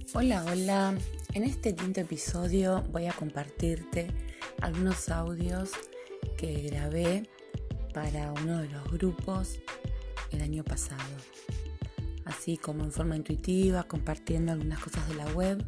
Hola, hola. En este quinto episodio voy a compartirte algunos audios que grabé para uno de los grupos el año pasado. Así como en forma intuitiva, compartiendo algunas cosas de la web,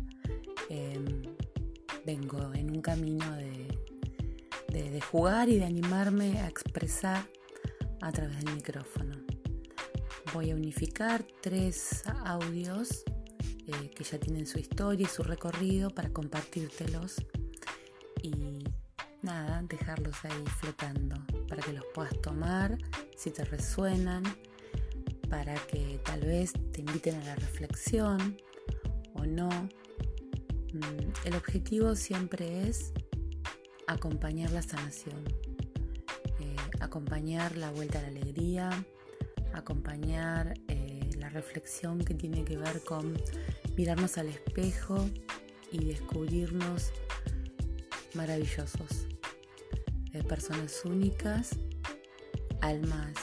vengo en un camino de jugar y de animarme a expresar a través del micrófono. Voy a unificar 3 audios que ya tienen su historia y su recorrido para compartírtelos y dejarlos ahí flotando para que los puedas tomar si te resuenan, para que tal vez te inviten a la reflexión o no. El objetivo siempre es acompañar la sanación, acompañar la vuelta a la alegría, acompañar la reflexión que tiene que ver con mirarnos al espejo y descubrirnos maravillosos, personas únicas, almas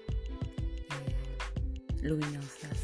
luminosas,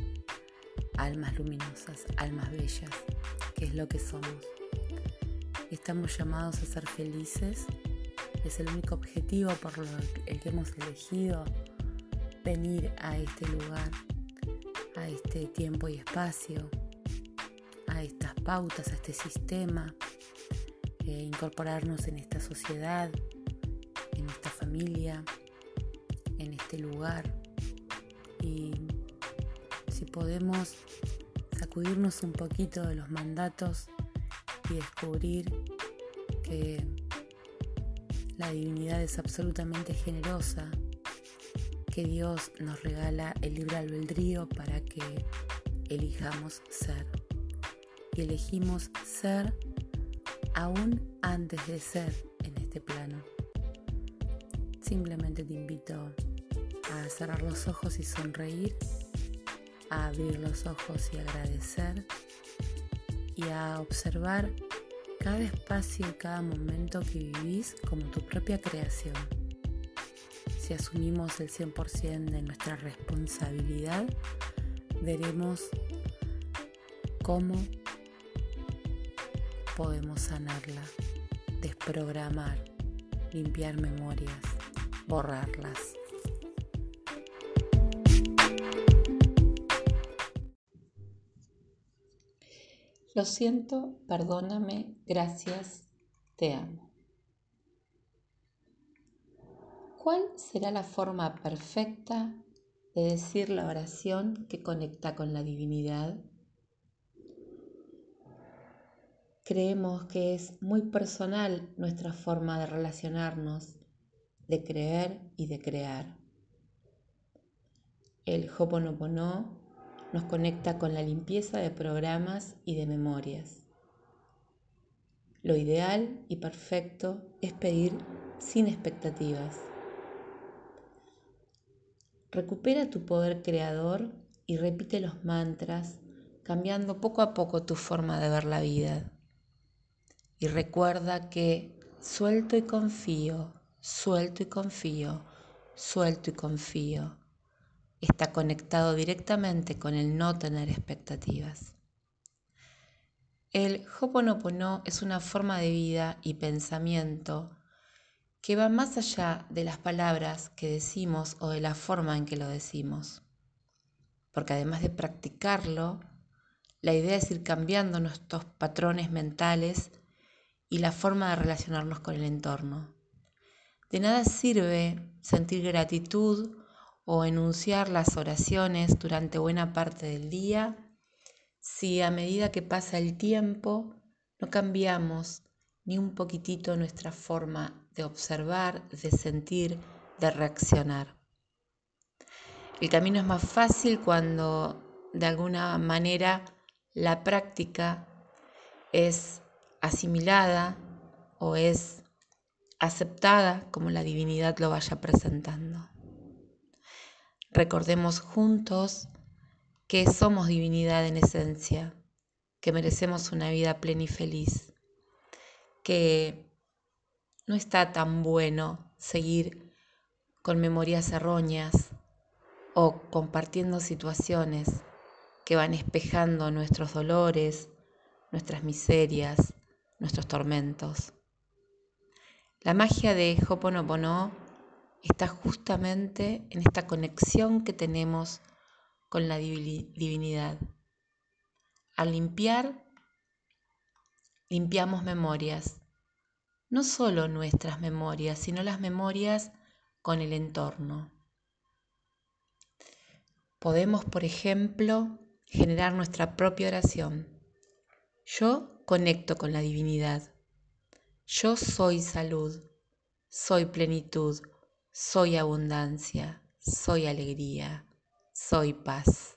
almas bellas, que es lo que somos. Estamos llamados a ser felices, es el único objetivo por el que hemos elegido venir a este lugar, a este tiempo y espacio, a estas pautas, a este sistema, incorporarnos en esta sociedad, en esta familia, en este lugar. Y si podemos sacudirnos un poquito de los mandatos y descubrir que la divinidad es absolutamente generosa, que Dios nos regala el libre albedrío para que elijamos ser. Y elegimos ser aún antes de ser en este plano. Simplemente te invito a cerrar los ojos y sonreír, a abrir los ojos y agradecer, y a observar cada espacio y cada momento que vivís como tu propia creación. Si asumimos el 100% de nuestra responsabilidad, veremos cómo podemos sanarla, desprogramar, limpiar memorias, borrarlas. Lo siento, perdóname, gracias, te amo. ¿Cuál será la forma perfecta de decir la oración que conecta con la divinidad? Creemos que es muy personal nuestra forma de relacionarnos, de creer y de crear. El Ho'oponopono nos conecta con la limpieza de programas y de memorias. Lo ideal y perfecto es pedir sin expectativas. Recupera tu poder creador y repite los mantras, cambiando poco a poco tu forma de ver la vida. Y recuerda que suelto y confío, suelto y confío, suelto y confío. Está conectado directamente con el no tener expectativas. El Ho'oponopono es una forma de vida y pensamiento que va más allá de las palabras que decimos o de la forma en que lo decimos. Porque además de practicarlo, la idea es ir cambiando nuestros patrones mentales y la forma de relacionarnos con el entorno. De nada sirve sentir gratitud o enunciar las oraciones durante buena parte del día si a medida que pasa el tiempo no cambiamos ni un poquitito nuestra forma de observar, de sentir, de reaccionar. El camino es más fácil cuando de alguna manera la práctica es asimilada o es aceptada como la divinidad lo vaya presentando. Recordemos juntos que somos divinidad en esencia, que merecemos una vida plena y feliz, que no está tan bueno seguir con memorias erróneas o compartiendo situaciones que van espejando nuestros dolores, nuestras miserias, nuestros tormentos. La magia de Ho'oponopono está justamente en esta conexión que tenemos con la divinidad. Al limpiar, limpiamos memorias, no solo nuestras memorias, sino las memorias con el entorno. Podemos, por ejemplo, generar nuestra propia oración. Yo conecto con la divinidad. Yo soy salud, soy plenitud, soy abundancia, soy alegría, soy paz.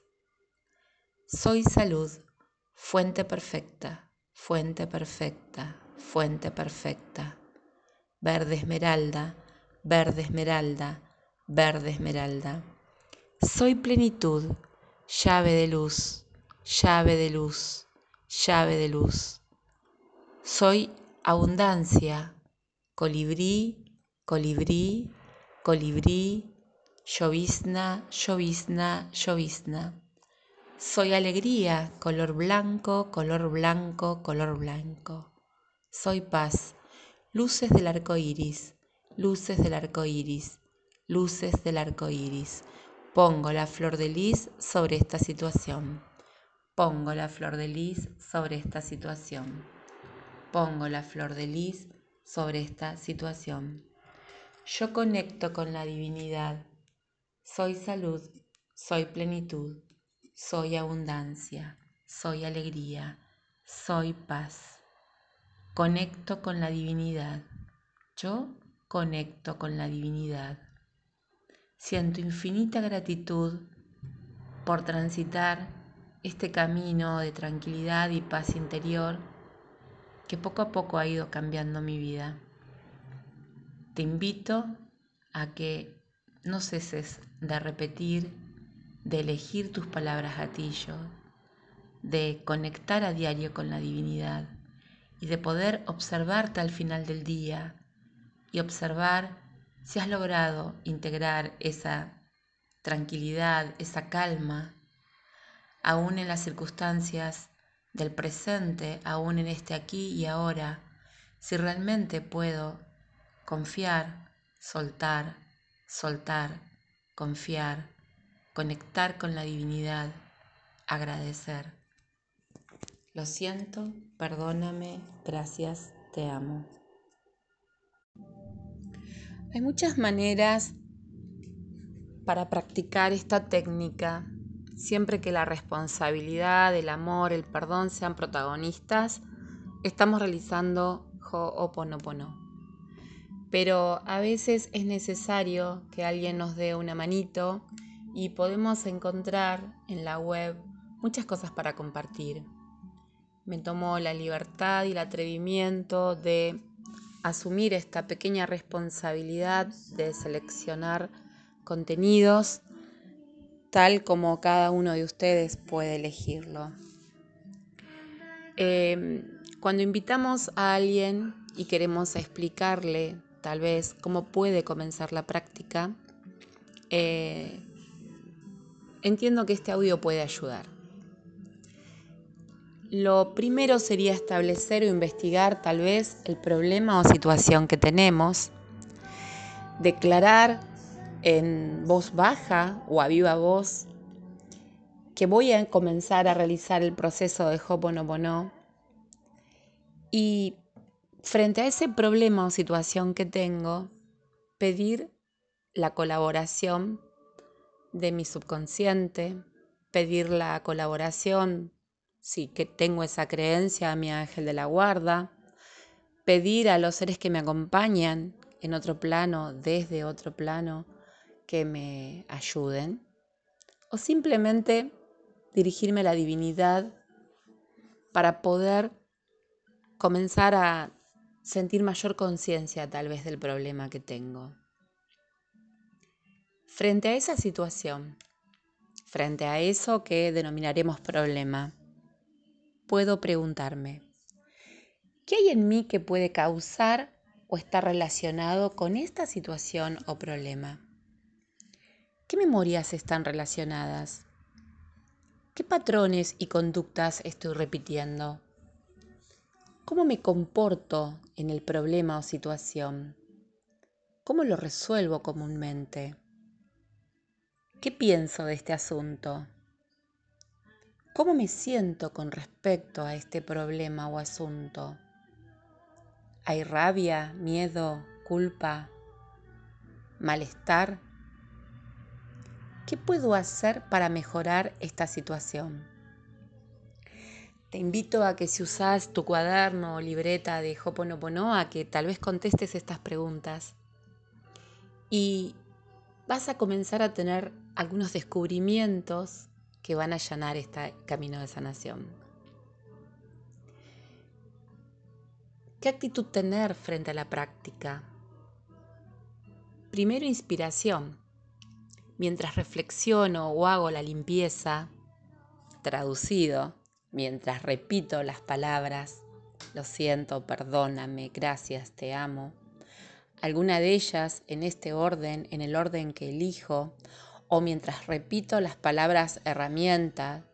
Soy salud, fuente perfecta, fuente perfecta, fuente perfecta. Verde esmeralda, verde esmeralda, verde esmeralda. Soy plenitud, llave de luz, llave de luz, llave de luz. Soy abundancia, colibrí, colibrí, colibrí, llovizna, llovizna, llovizna. Soy alegría, color blanco, color blanco, color blanco. Soy paz, luces del arco iris, luces del arco iris, luces del arco iris. Pongo la flor de lis sobre esta situación. Pongo la flor de lis sobre esta situación. Pongo la flor de lis sobre esta situación. Yo conecto con la divinidad. Soy salud, soy plenitud, soy abundancia, soy alegría, soy paz. Conecto con la divinidad. Yo conecto con la divinidad. Siento infinita gratitud por transitar este camino de tranquilidad y paz interior que poco a poco ha ido cambiando mi vida. Te invito a que no ceses de repetir, de elegir tus palabras gatillo, de conectar a diario con la divinidad y de poder observarte al final del día y observar si has logrado integrar esa tranquilidad, esa calma, aún en las circunstancias del presente, aún en este aquí y ahora, si realmente puedo confiar, soltar, soltar, confiar, conectar con la divinidad, agradecer. Lo siento, perdóname, gracias, te amo. Hay muchas maneras para practicar esta técnica, siempre que la responsabilidad, el amor, el perdón sean protagonistas, estamos realizando Ho'oponopono. Pero a veces es necesario que alguien nos dé una manito y podemos encontrar en la web muchas cosas para compartir. Me tomo la libertad y el atrevimiento de asumir esta pequeña responsabilidad de seleccionar contenidos tal como cada uno de ustedes puede elegirlo. Cuando invitamos a alguien y queremos explicarle tal vez cómo puede comenzar la práctica, entiendo que este audio puede ayudar. Lo primero sería establecer o investigar tal vez el problema o situación que tenemos, declarar en voz baja o a viva voz que voy a comenzar a realizar el proceso de Ho'oponopono y frente a ese problema o situación que tengo, pedir la colaboración de mi subconsciente, pedir la colaboración, sí que tengo esa creencia, a mi ángel de la guarda, pedir a los seres que me acompañan en otro plano, desde otro plano, que me ayuden, o simplemente dirigirme a la divinidad para poder comenzar a sentir mayor conciencia tal vez del problema que tengo. Frente a esa situación, frente a eso que denominaremos problema, puedo preguntarme, ¿qué hay en mí que puede causar o estar relacionado con esta situación o problema? ¿Qué memorias están relacionadas? ¿Qué patrones y conductas estoy repitiendo? ¿Cómo me comporto en el problema o situación? ¿Cómo lo resuelvo comúnmente? ¿Qué pienso de este asunto? ¿Cómo me siento con respecto a este problema o asunto? ¿Hay rabia, miedo, culpa, malestar? ¿Qué puedo hacer para mejorar esta situación? Te invito a que si usas tu cuaderno o libreta de Ho'oponopono, a que tal vez contestes estas preguntas y vas a comenzar a tener algunos descubrimientos que van a allanar este camino de sanación. ¿Qué actitud tener frente a la práctica? Primero, inspiración. Mientras reflexiono o hago la limpieza, traducido, mientras repito las palabras, lo siento, perdóname, gracias, te amo, alguna de ellas en este orden, en el orden que elijo, o mientras repito las palabras herramienta,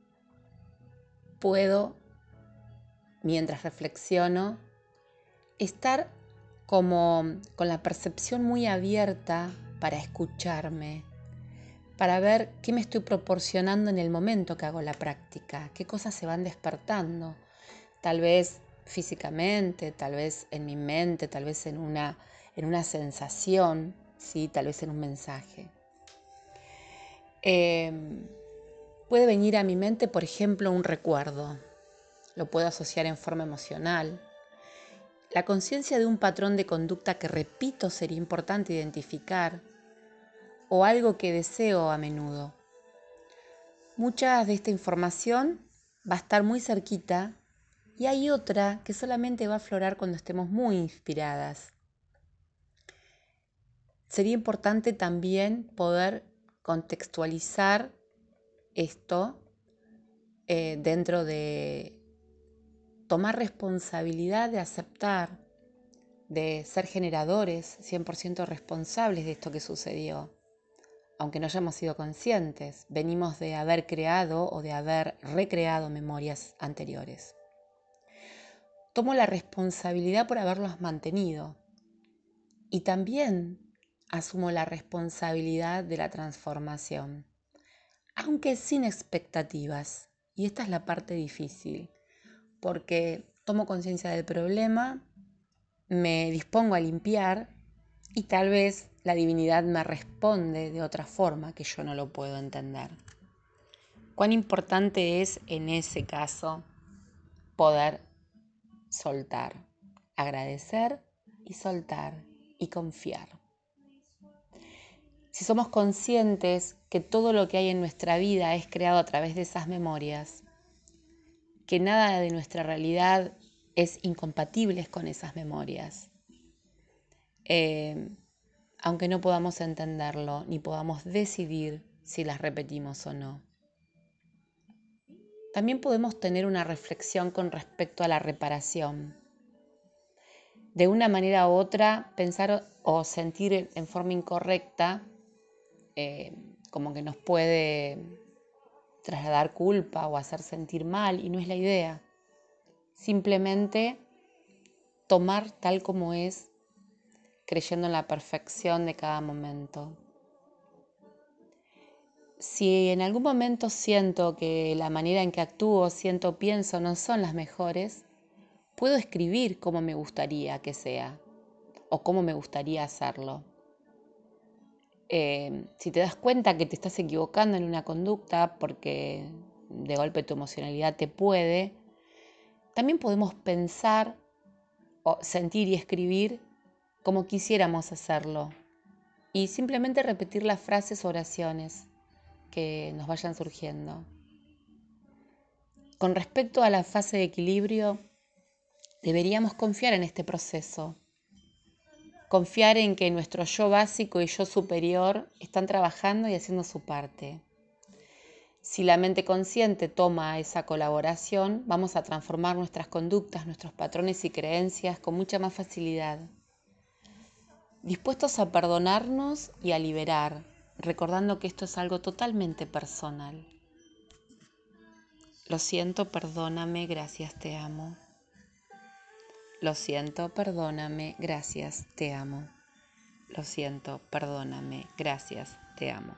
puedo, mientras reflexiono, estar como con la percepción muy abierta para escucharme, para ver qué me estoy proporcionando en el momento que hago la práctica, qué cosas se van despertando, tal vez físicamente, tal vez en mi mente, tal vez en una sensación, ¿sí? Tal vez en un mensaje. Puede venir a mi mente, por ejemplo, un recuerdo, lo puedo asociar en forma emocional. La conciencia de un patrón de conducta que repito sería importante identificar, o algo que deseo a menudo. Mucha de esta información va a estar muy cerquita y hay otra que solamente va a aflorar cuando estemos muy inspiradas. Sería importante también poder contextualizar esto dentro de tomar responsabilidad de aceptar, de ser generadores 100% responsables de esto que sucedió. Aunque no hayamos sido conscientes, venimos de haber creado o de haber recreado memorias anteriores. Tomo la responsabilidad por haberlos mantenido y también asumo la responsabilidad de la transformación, aunque sin expectativas. Y esta es la parte difícil, porque tomo conciencia del problema, me dispongo a limpiar y tal vez la divinidad me responde de otra forma que yo no lo puedo entender. Cuán importante es en ese caso poder soltar, agradecer y soltar y confiar. Si somos conscientes que todo lo que hay en nuestra vida es creado a través de esas memorias, que nada de nuestra realidad es incompatible con esas memorias, aunque no podamos entenderlo ni podamos decidir si las repetimos o no. También podemos tener una reflexión con respecto a la reparación. De una manera u otra, pensar o sentir en forma incorrecta, como que nos puede trasladar culpa o hacer sentir mal, y no es la idea. Simplemente tomar tal como es, creyendo en la perfección de cada momento. Si en algún momento siento que la manera en que actúo, siento, pienso no son las mejores, puedo escribir cómo me gustaría que sea o cómo me gustaría hacerlo. Si te das cuenta que te estás equivocando en una conducta porque de golpe tu emocionalidad te puede, también podemos pensar, o sentir y escribir como quisiéramos hacerlo y simplemente repetir las frases o oraciones que nos vayan surgiendo. Con respecto a la fase de equilibrio, deberíamos confiar en este proceso. Confiar en que nuestro yo básico y yo superior están trabajando y haciendo su parte. Si la mente consciente toma esa colaboración, vamos a transformar nuestras conductas, nuestros patrones y creencias con mucha más facilidad. Dispuestos a perdonarnos y a liberar, recordando que esto es algo totalmente personal. Lo siento, perdóname, gracias, te amo. Lo siento, perdóname, gracias, te amo. Lo siento, perdóname, gracias, te amo.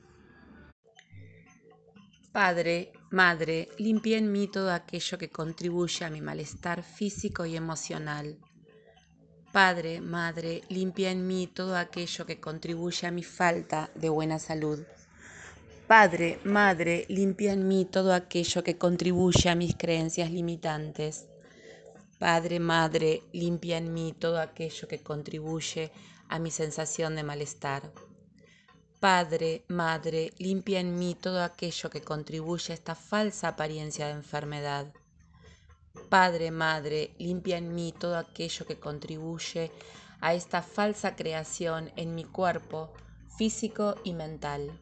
Padre, Madre, limpia en mí todo aquello que contribuye a mi malestar físico y emocional. Padre, Madre, limpia en mí todo aquello que contribuye a mi falta de buena salud. Padre, Madre, limpia en mí todo aquello que contribuye a mis creencias limitantes. Padre, Madre, limpia en mí todo aquello que contribuye a mi sensación de malestar. Padre, Madre, limpia en mí todo aquello que contribuye a esta falsa apariencia de enfermedad. Padre, Madre, limpia en mí todo aquello que contribuye a esta falsa creación en mi cuerpo físico y mental.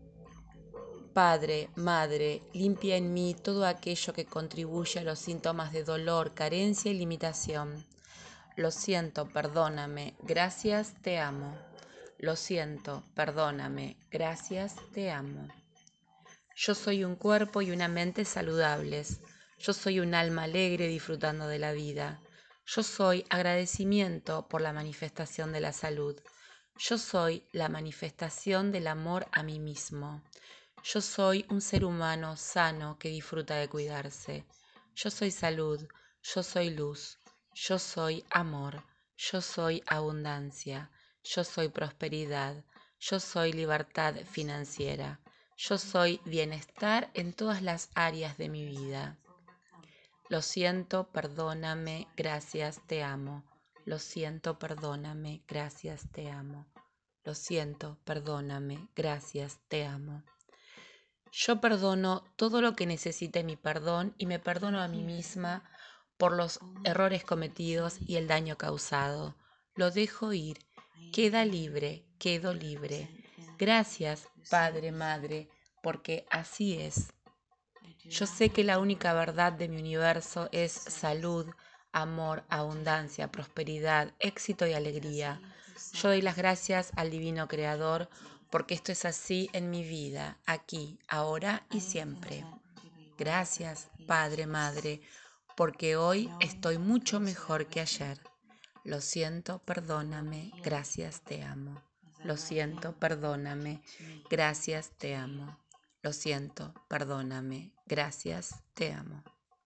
Padre, Madre, limpia en mí todo aquello que contribuye a los síntomas de dolor, carencia y limitación. Lo siento, perdóname, gracias, te amo. Lo siento, perdóname, gracias, te amo. Yo soy un cuerpo y una mente saludables. Yo soy un alma alegre disfrutando de la vida. Yo soy agradecimiento por la manifestación de la salud. Yo soy la manifestación del amor a mí mismo. Yo soy un ser humano sano que disfruta de cuidarse. Yo soy salud, yo soy luz, yo soy amor, yo soy abundancia, yo soy prosperidad, yo soy libertad financiera, yo soy bienestar en todas las áreas de mi vida. Lo siento, perdóname, gracias, te amo. Lo siento, perdóname, gracias, te amo. Lo siento, perdóname, gracias, te amo. Yo perdono todo lo que necesite mi perdón y me perdono a mí misma por los errores cometidos y el daño causado. Lo dejo ir, queda libre, quedo libre. Gracias, Padre, Madre, porque así es. Yo sé que la única verdad de mi universo es salud, amor, abundancia, prosperidad, éxito y alegría. Yo doy las gracias al Divino Creador porque esto es así en mi vida, aquí, ahora y siempre. Gracias, Padre, Madre, porque hoy estoy mucho mejor que ayer. Lo siento, perdóname, gracias, te amo. Lo siento, perdóname, gracias, te amo. Lo siento, perdóname, gracias, te amo.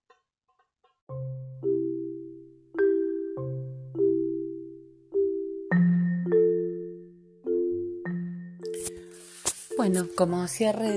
Bueno, como cierre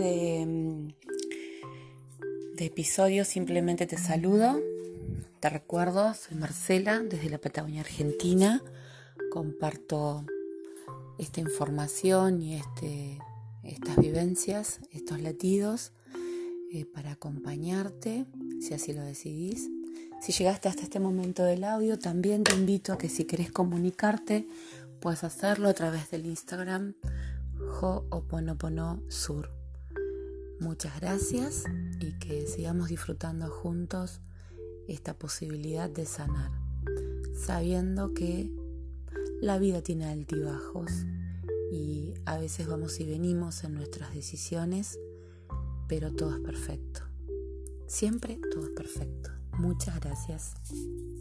de episodio, simplemente te saludo. Te recuerdo, soy Marcela, desde la Patagonia Argentina. Comparto esta información y estas vivencias, estos latidos, para acompañarte, si así lo decidís. Si llegaste hasta este momento del audio, también te invito a que si querés comunicarte, puedes hacerlo a través del Instagram Ho'oponopono-sur. Muchas gracias y que sigamos disfrutando juntos esta posibilidad de sanar, sabiendo que la vida tiene altibajos y a veces vamos y venimos en nuestras decisiones, pero todo es perfecto. Siempre todo es perfecto. Muchas gracias.